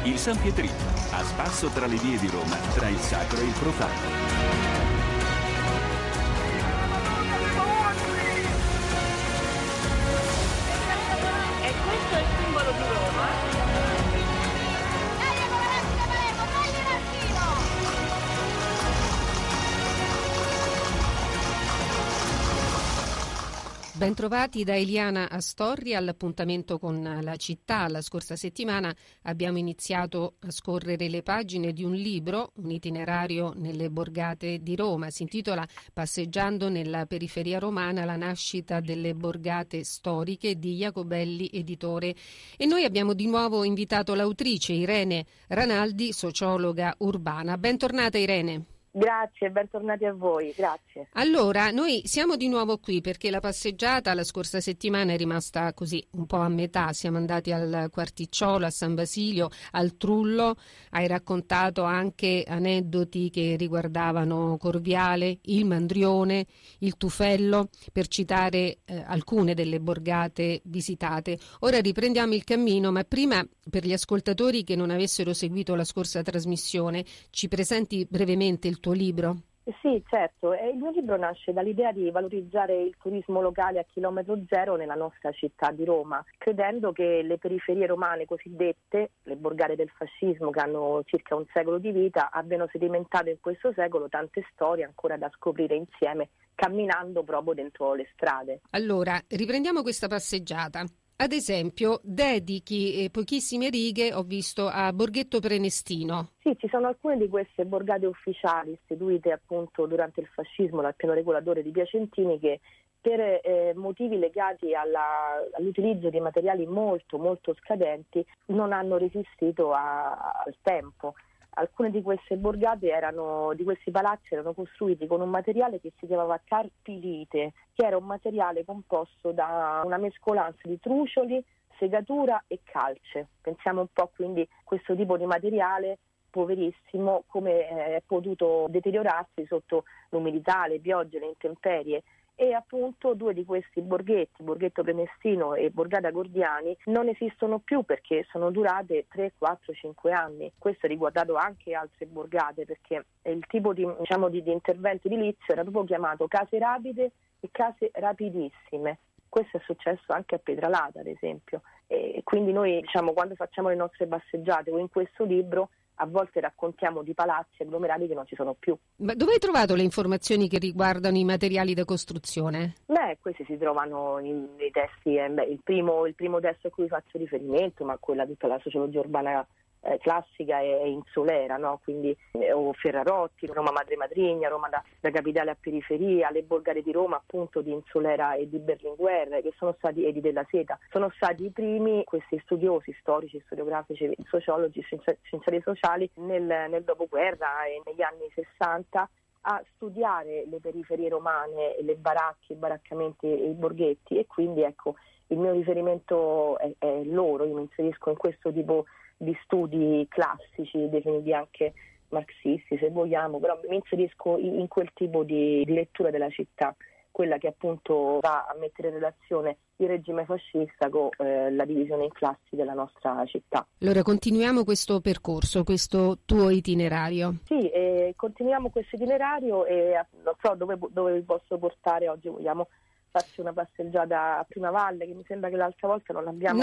Il San Pietrino, a spasso tra le vie di Roma, tra il sacro e il profano. E questo è il simbolo di Roma. Bentrovati da Eliana Astorri all'appuntamento con la città. La scorsa settimana abbiamo iniziato a scorrere le pagine di un libro, un itinerario nelle borgate di Roma. Si intitola Passeggiando nella periferia romana, la nascita delle borgate storiche di Jacobelli Editore. E noi abbiamo di nuovo invitato l'autrice Irene Ranaldi, sociologa urbana. Bentornata Irene. Grazie, bentornati a voi, grazie. Allora, noi siamo di nuovo qui perché la passeggiata la scorsa settimana è rimasta così un po' a metà. Siamo andati al Quarticciolo, a San Basilio, al Trullo. Hai raccontato anche aneddoti che riguardavano Corviale, il Mandrione, il Tufello, per citare alcune delle borgate visitate. Ora riprendiamo il cammino, ma prima, per gli ascoltatori che non avessero seguito la scorsa trasmissione, ci presenti brevemente il tuo libro? Sì, certo. Il mio libro nasce dall'idea di valorizzare il turismo locale a chilometro zero nella nostra città di Roma, credendo che le periferie romane cosiddette, le borgate del fascismo che hanno circa un secolo di vita, abbiano sedimentato in questo secolo tante storie ancora da scoprire insieme, camminando proprio dentro le strade. Allora, riprendiamo questa passeggiata. Ad esempio, dedichi pochissime righe, ho visto, a Borghetto Prenestino. Sì, ci sono alcune di queste borgate ufficiali istituite appunto durante il fascismo dal piano regolatore di Piacentini che per motivi legati all'utilizzo di materiali molto molto scadenti non hanno resistito al tempo. Alcune di queste borgate di questi palazzi erano costruiti con un materiale che si chiamava carpilite, che era un materiale composto da una mescolanza di trucioli, segatura e calce. Pensiamo un po' quindi a questo tipo di materiale poverissimo, come è potuto deteriorarsi sotto l'umidità, le piogge, le intemperie. E appunto due di questi borghetti, Borghetto Prenestino e Borgata Gordiani, non esistono più perché sono durate 3, 4, 5 anni. Questo ha riguardato anche altre borgate perché il tipo di intervento edilizio era proprio chiamato case rapide e case rapidissime. Questo è successo anche a Pietralata, ad esempio. E quindi noi, quando facciamo le nostre passeggiate o in questo libro, a volte raccontiamo di palazzi agglomerati che non ci sono più. Ma dove hai trovato le informazioni che riguardano i materiali da costruzione? Questi si trovano nei testi, il primo testo a cui faccio riferimento, ma quella tutta la sociologia urbana classica è in Solera, no? Quindi o Ferrarotti, Roma Madre Matrigna, Roma da capitale a periferia, le borgate di Roma appunto di Insolera e di Berlinguer, che sono stati, e di Della Seta, sono stati i primi questi studiosi storici, storiografici, sociologi, scienziati sociali nel dopoguerra e negli anni 60 a studiare le periferie romane, le baracche, i baraccamenti e i borghetti, e quindi ecco il mio riferimento è loro. Io mi inserisco in questo tipo di studi classici, definiti anche marxisti se vogliamo, però mi inserisco in quel tipo di lettura della città, quella che appunto va a mettere in relazione il regime fascista con la divisione in classi della nostra città. Allora continuiamo questo percorso, questo tuo itinerario. Sì, continuiamo questo itinerario e non so dove vi posso portare oggi. Vogliamo farci una passeggiata a Primavalle, che mi sembra che l'altra volta non abbiamo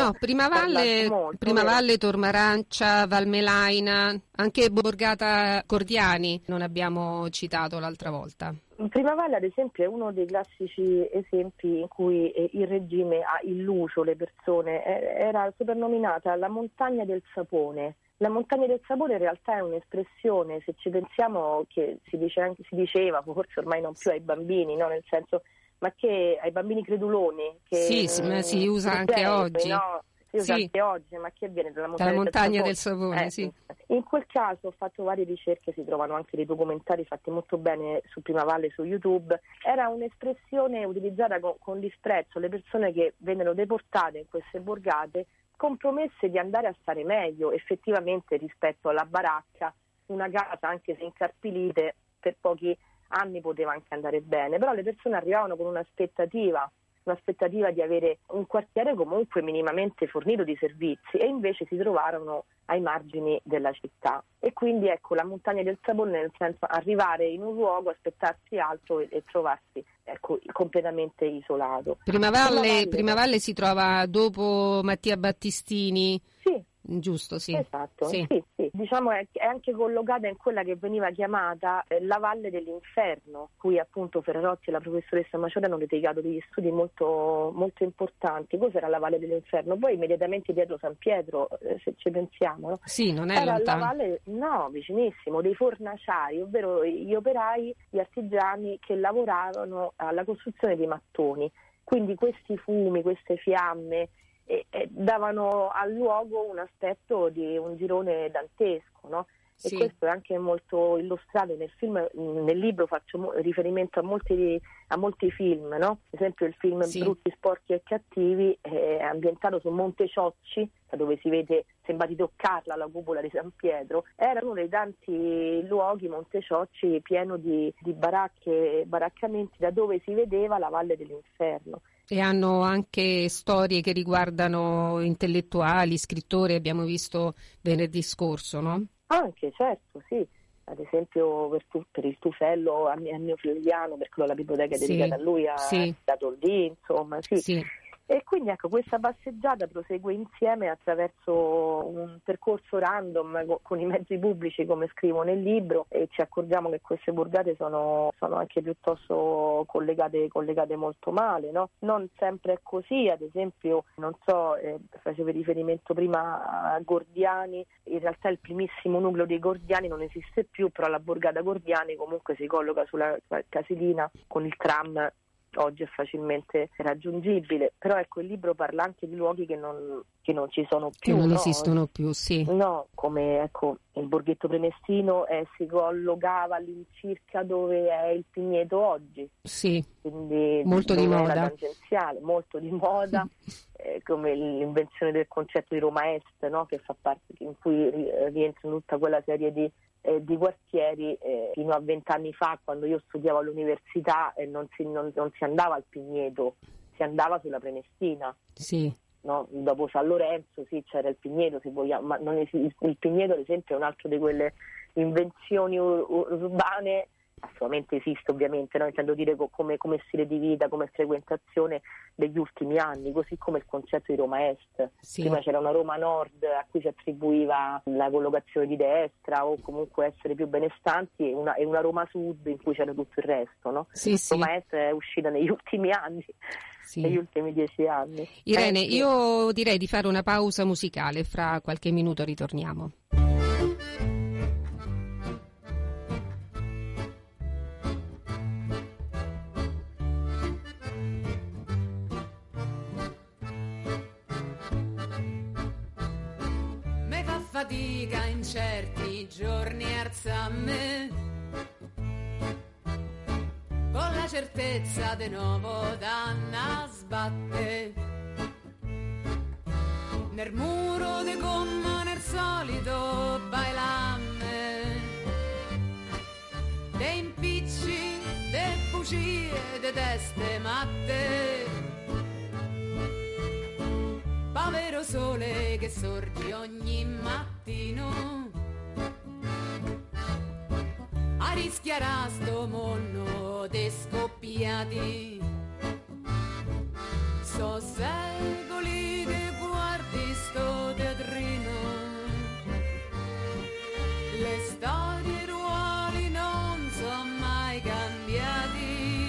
Primavalle, Tormarancia, Valmelaina, anche Borgata Cordiani non abbiamo citato l'altra volta. Primavalle ad esempio è uno dei classici esempi in cui il regime ha illuso le persone, era soprannominata la montagna del sapone. La montagna del sapone in realtà è un'espressione, se ci pensiamo, che si diceva, forse ormai non più ai bambini, no? Nel senso, ma che ai bambini creduloni che si usa anche oggi, no? Si usa anche oggi, ma che avviene dalla montagna del sapone, sì. In quel caso ho fatto varie ricerche, si trovano anche dei documentari fatti molto bene su Primavalle su YouTube. Era un'espressione utilizzata con disprezzo, le persone che vennero deportate in queste borgate compromesse di andare a stare meglio effettivamente rispetto alla baracca. Una casa, anche se incarpilite, per pochi anni poteva anche andare bene, però le persone arrivavano con un'aspettativa un'aspettativa di avere un quartiere comunque minimamente fornito di servizi, e invece si trovarono ai margini della città. E quindi ecco, la montagna del sapone, nel senso arrivare in un luogo, aspettarsi altro e trovarsi completamente isolato. Primavalle si trova dopo Mattia Battistini? Sì. Giusto, sì. Esatto, sì. Sì. Diciamo è anche collocata in quella che veniva chiamata la Valle dell'Inferno, cui appunto Ferrarotti e la professoressa Maciore hanno dedicato degli studi molto, molto importanti. Cos'era la Valle dell'Inferno? Poi immediatamente dietro San Pietro, se ci pensiamo, no? Sì, non è era lontano. la valle, no, vicinissimo, dei fornaciai, ovvero gli operai, gli artigiani che lavoravano alla costruzione dei mattoni. Quindi questi fumi, queste fiamme davano al luogo un aspetto di un girone dantesco, no? Sì. E questo è anche molto illustrato nel film. Nel libro faccio riferimento a molti film, no? Ad esempio il film Sì. Brutti, sporchi e cattivi è ambientato su Monte Ciocci, da dove si vede, sembra di toccarla la cupola di San Pietro. Era uno dei tanti luoghi, Monte Ciocci, pieno di baracche e baraccamenti, da dove si vedeva la Valle dell'Inferno. E hanno anche storie che riguardano intellettuali, scrittori, abbiamo visto venerdì scorso, no? Anche, certo, sì. Ad esempio per il Tufello, a mio Floriano, perché la biblioteca è dedicata a lui, da Toldì, insomma, sì. E quindi ecco, questa passeggiata prosegue insieme attraverso un percorso random con i mezzi pubblici, come scrivo nel libro, e ci accorgiamo che queste borgate sono anche piuttosto collegate molto male, no? Non sempre è così. Ad esempio, non so, facevi riferimento prima a Gordiani, in realtà il primissimo nucleo dei Gordiani non esiste più, però la borgata Gordiani comunque si colloca sulla Casilina con il tram. Oggi è facilmente raggiungibile, però ecco, il libro parla anche di luoghi che non ci sono più, che non no? esistono più, sì. No, come ecco il Borghetto Premestino si collocava all'incirca dove è il Pigneto oggi, sì, quindi molto di moda, tangenziale, molto di moda, come l'invenzione del concetto di Roma Est, no? Che fa parte, in cui rientra tutta quella serie di quartieri. Fino a 20 anni fa, quando io studiavo all'università, non si andava al Pigneto, si andava sulla Prenestina. Sì. No? Dopo San Lorenzo sì, c'era il Pigneto, se vogliamo, ma non esiste. Il Pigneto, ad esempio, è un'altra di quelle invenzioni urbane. Assolutamente esiste, ovviamente, no? Intendo dire come stile di vita, come frequentazione degli ultimi anni, così come il concetto di Roma Est. Sì. Prima c'era una Roma Nord a cui si attribuiva la collocazione di destra o comunque essere più benestanti, e una Roma Sud in cui c'era tutto il resto, no? Sì. Roma Est è uscita negli ultimi anni, negli ultimi 10 anni. Irene, io direi di fare una pausa musicale, fra qualche minuto ritorniamo. Fatica in certi giorni alzarmi con la certezza di nuovo danna sbatte nel muro di gomma, nel solito bailamme dei impicci, de bugie, de teste matte. Povero sole che sorge ogni mattino a rischiare sto mondo de scoppiati. So secoli che guardi sto teatrino, le storie e i ruoli non sono mai cambiati.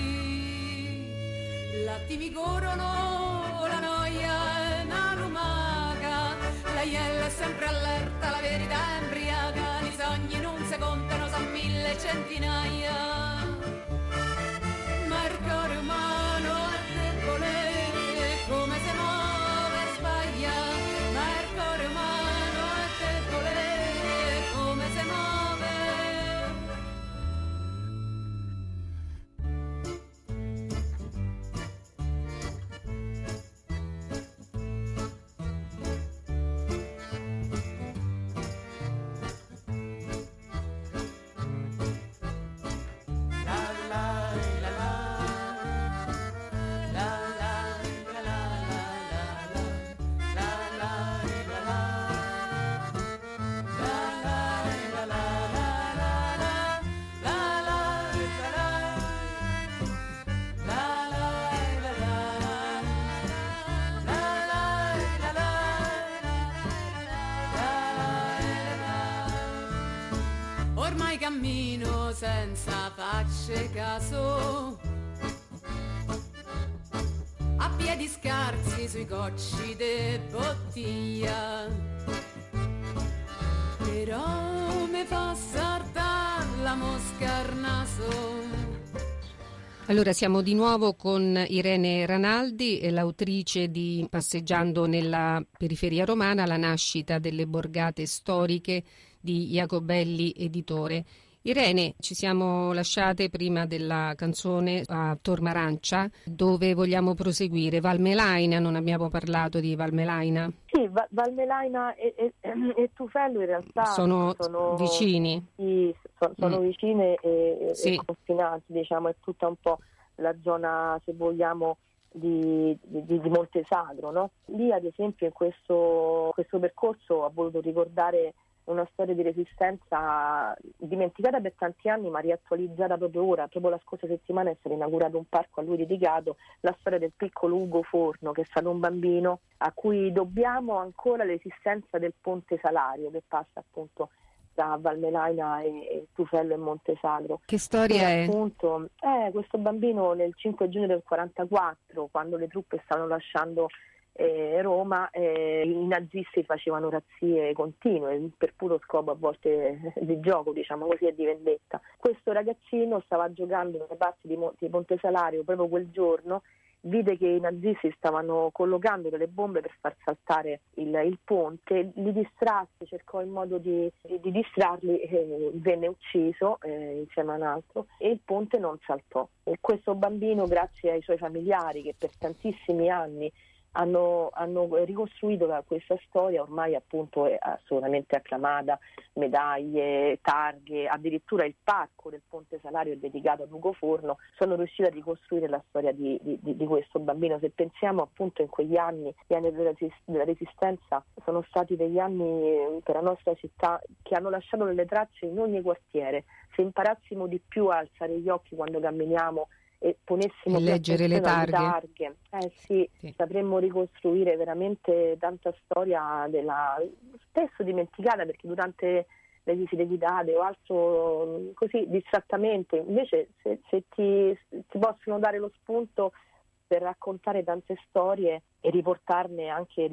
L'attimi corrono, la noia è una lumaca, la iella è sempre allerta, la verità è embriaca, i sogni in un secondo non sono mille centinaia. Ma il cuore umano è debole, come se muove e sbaglia, ma il cuore umano è debole, come se muove. ormai cammino senza farci caso, a piedi scarsi sui cocci de bottiglia, però mi fa saltare la mosca al naso. Allora siamo di nuovo con Irene Ranaldi, l'autrice di Passeggiando nella periferia romana, la nascita delle borgate storiche di Jacobelli Editore. Irene, ci siamo lasciate prima della canzone a Tormarancia, dove vogliamo proseguire. Valmelaina, non abbiamo parlato di Valmelaina? Sì, Valmelaina e Tufello in realtà sono vicini. Sì, sono vicine e confinanti, diciamo, è tutta un po' la zona, se vogliamo, di Montesagro, no? Lì ad esempio in questo percorso ho voluto ricordare una storia di resistenza dimenticata per tanti anni ma riattualizzata proprio ora. Proprio la scorsa settimana è stato inaugurato un parco a lui dedicato, la storia del piccolo Ugo Forno, che è stato un bambino a cui dobbiamo ancora l'esistenza del ponte Salario che passa appunto tra Valmelaina e Tufello e Montesagro. Che storia è? Appunto, questo bambino nel 5 giugno del 44, quando le truppe stavano lasciando Roma, i nazisti facevano razzie continue per puro scopo a volte di gioco, diciamo così, e di vendetta. Questo ragazzino stava giocando nei passi di Monte Salario proprio quel giorno, vide che i nazisti stavano collocando delle bombe per far saltare il ponte, li distrasse, cercò il modo di distrarli, venne ucciso insieme a un altro e il ponte non saltò. E questo bambino, grazie ai suoi familiari che per tantissimi anni hanno ricostruito questa storia, ormai appunto è assolutamente acclamata, medaglie, targhe, addirittura il parco del Ponte Salario è dedicato a Ugo Forno, sono riusciti a ricostruire la storia di questo bambino. Se pensiamo appunto in quegli anni, gli anni della Resistenza, sono stati degli anni per la nostra città che hanno lasciato delle tracce in ogni quartiere. Se imparassimo di più a alzare gli occhi quando camminiamo e ponessimo leggere le targhe. Sì, sapremmo ricostruire veramente tanta storia spesso dimenticata, perché durante le visite guidate o altro così distrattamente, invece se ti possono dare lo spunto per raccontare tante storie e riportarle anche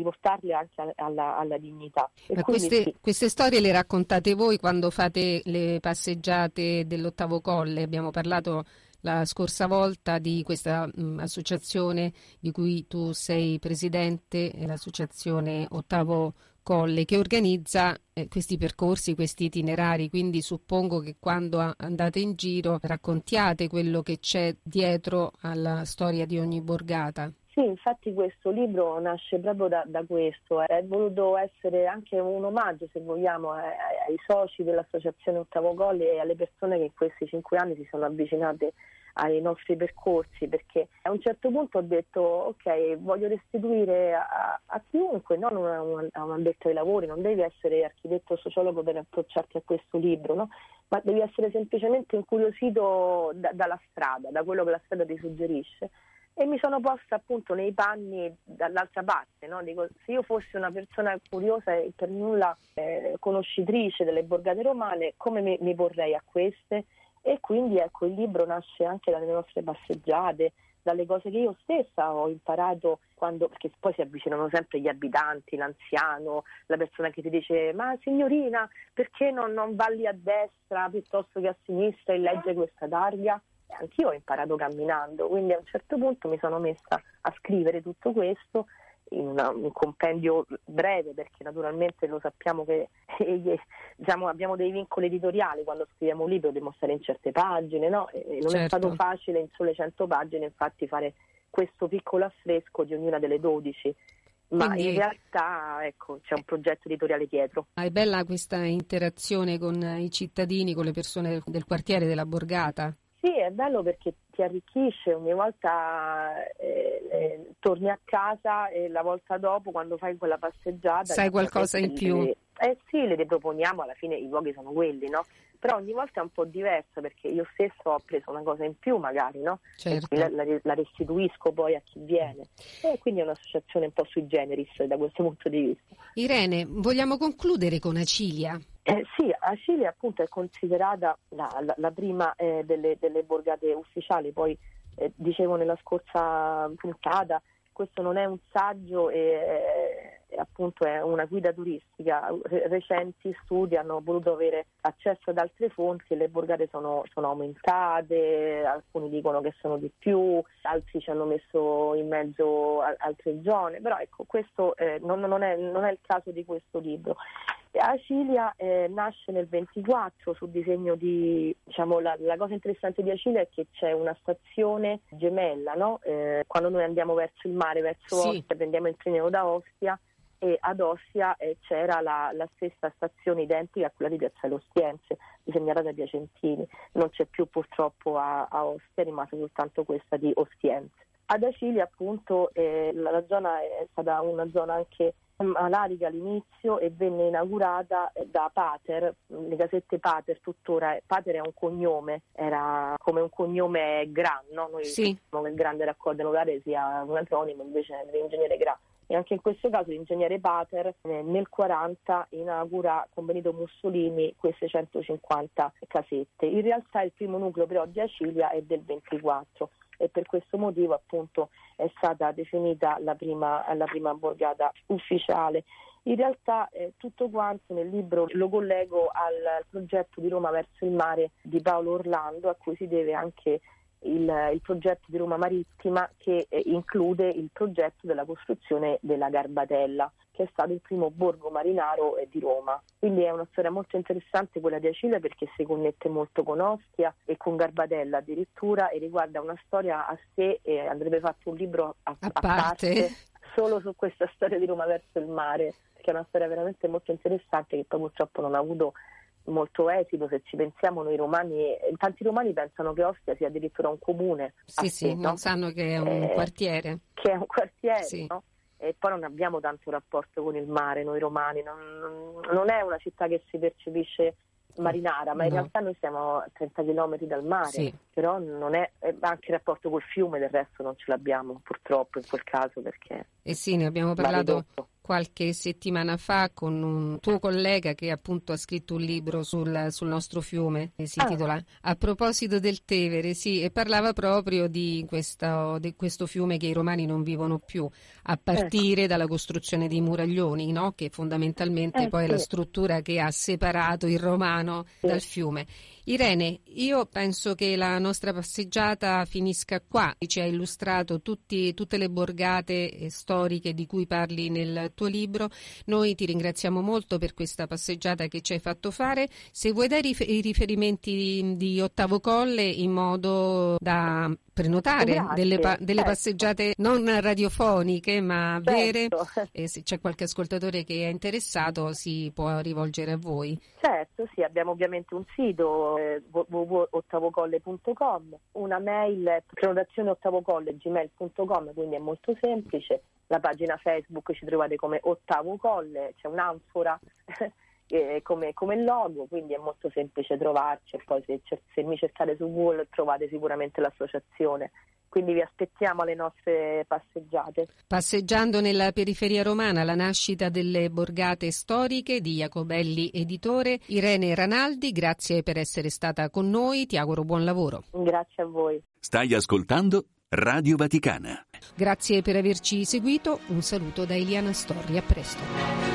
alla dignità. Ma queste storie le raccontate voi quando fate le passeggiate dell'Ottavo Colle? Abbiamo parlato la scorsa volta di questa associazione di cui tu sei presidente, l'associazione Ottavo Colle, che organizza questi percorsi, questi itinerari, quindi suppongo che quando andate in giro raccontiate quello che c'è dietro alla storia di ogni borgata. Sì, infatti questo libro nasce proprio da questo, è voluto essere anche un omaggio, se vogliamo, ai soci dell'associazione Ottavo Colle e alle persone che in questi 5 anni si sono avvicinate ai nostri percorsi, perché a un certo punto ho detto ok, voglio restituire a chiunque, non a un addetto ai lavori, non devi essere architetto o sociologo per approcciarti a questo libro, no? Ma devi essere semplicemente incuriosito dalla strada, da quello che la strada ti suggerisce. E mi sono posta appunto nei panni dall'altra parte, no? Dico, se io fossi una persona curiosa e per nulla conoscitrice delle borgate romane, come mi porrei a queste? E quindi ecco, il libro nasce anche dalle nostre passeggiate, dalle cose che io stessa ho imparato perché poi si avvicinano sempre gli abitanti, l'anziano, la persona che ti dice ma signorina, perché non va lì a destra piuttosto che a sinistra e legge questa targa? Anch'io ho imparato camminando, quindi a un certo punto mi sono messa a scrivere tutto questo in un compendio breve, perché naturalmente lo sappiamo che diciamo, abbiamo dei vincoli editoriali quando scriviamo un libro, dobbiamo stare in certe pagine, no? E non è stato facile in sole 100 pagine infatti fare questo piccolo affresco di ognuna delle 12. Ma quindi, in realtà ecco, c'è un progetto editoriale dietro. È bella questa interazione con i cittadini, con le persone del quartiere, della borgata. Sì, è bello perché ti arricchisce, ogni volta torni a casa e la volta dopo, quando fai quella passeggiata, sai qualcosa in più. Sì, le riproponiamo, alla fine i luoghi sono quelli, no? Però ogni volta è un po' diversa, perché io stesso ho preso una cosa in più magari, no? Certo. E la restituisco poi a chi viene. E quindi è un'associazione un po' sui generis da questo punto di vista. Irene, vogliamo concludere con Acilia? Sì, Acilia appunto è considerata la prima delle borgate ufficiali, poi dicevo nella scorsa puntata, questo non è un saggio, appunto è una guida turistica. Recenti studi hanno voluto avere accesso ad altre fonti e le borgate sono aumentate, alcuni dicono che sono di più, altri ci hanno messo in mezzo altre zone, però ecco, questo non è il caso di questo libro. Acilia nasce nel 24 sul disegno di, diciamo, la cosa interessante di Acilia è che c'è una stazione gemella, no? Quando noi andiamo verso il mare, verso Ostia, prendiamo il treno da Ostia, e ad Ostia c'era la stessa stazione identica a quella di Piazzale Ostiense, disegnata da Piacentini. Non c'è più purtroppo a Ostia, è rimasta soltanto questa di Ostiense. Ad Acilia appunto la zona è stata una zona anche malarica all'inizio e venne inaugurata da Pater, le casette Pater, tuttora Pater è un cognome, era come un cognome Gran, no? Noi diciamo che il grande raccordo nucleare sia un acronimo, invece l'ingegnere Gran. E anche in questo caso l'ingegnere Pater nel 40 inaugura con Benito Mussolini queste 150 casette. In realtà il primo nucleo però di Acilia è del 24 e per questo motivo appunto è stata definita la prima borgata ufficiale. In realtà tutto quanto nel libro lo collego al progetto di Roma verso il mare di Paolo Orlando, a cui si deve anche il progetto di Roma Marittima, che include il progetto della costruzione della Garbatella, che è stato il primo borgo marinaro di Roma. Quindi è una storia molto interessante quella di Acilia, perché si connette molto con Ostia e con Garbatella addirittura, e riguarda una storia a sé, e andrebbe fatto un libro a parte solo su questa storia di Roma verso il mare, perché è una storia veramente molto interessante che poi purtroppo non ha avuto molto esito. Se ci pensiamo, noi romani, tanti romani pensano che Ostia sia addirittura un comune. Sì, no? Non sanno che è un quartiere. Che è un quartiere, sì. No? E poi non abbiamo tanto rapporto con il mare, noi romani, non è una città che si percepisce marinara, ma in realtà noi siamo a 30 chilometri dal mare, però non è, anche il rapporto col fiume del resto non ce l'abbiamo purtroppo in quel caso, perché ne abbiamo parlato qualche settimana fa con un tuo collega che appunto ha scritto un libro sul nostro fiume, si intitola A proposito del Tevere, e parlava proprio di questo fiume che i romani non vivono più, a partire dalla costruzione dei muraglioni, no? Che fondamentalmente poi è la struttura che ha separato il romano dal fiume. Irene, io penso che la nostra passeggiata finisca qua. Ci hai illustrato tutte le borgate storiche di cui parli nel tuo libro. Noi ti ringraziamo molto per questa passeggiata che ci hai fatto fare. Se vuoi dare i riferimenti di Ottavo Colle in modo da prenotare delle passeggiate non radiofoniche ma vere, e se c'è qualche ascoltatore che è interessato si può rivolgere a voi. Certo, sì, abbiamo ovviamente un sito www.ottavocolle.com, una mail prenotazione@ottavocolle@gmail.com, quindi è molto semplice. La pagina Facebook ci trovate come Ottavo Colle, c'è un'anfora come logo, quindi è molto semplice trovarci, e poi se mi cercate su Google trovate sicuramente l'associazione. Quindi vi aspettiamo alle nostre passeggiate. Passeggiando nella periferia romana, la nascita delle borgate storiche di Jacobelli Editore. Irene Ranaldi, grazie per essere stata con noi, ti auguro buon lavoro. Grazie a voi. Stai ascoltando Radio Vaticana. Grazie per averci seguito, un saluto da Eliana Storri, a presto.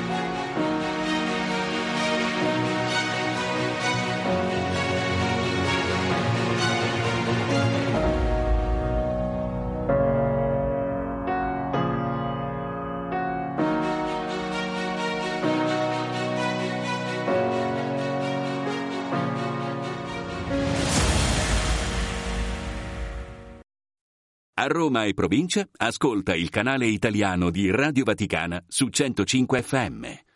A Roma e provincia, ascolta il canale italiano di Radio Vaticana su 105 FM.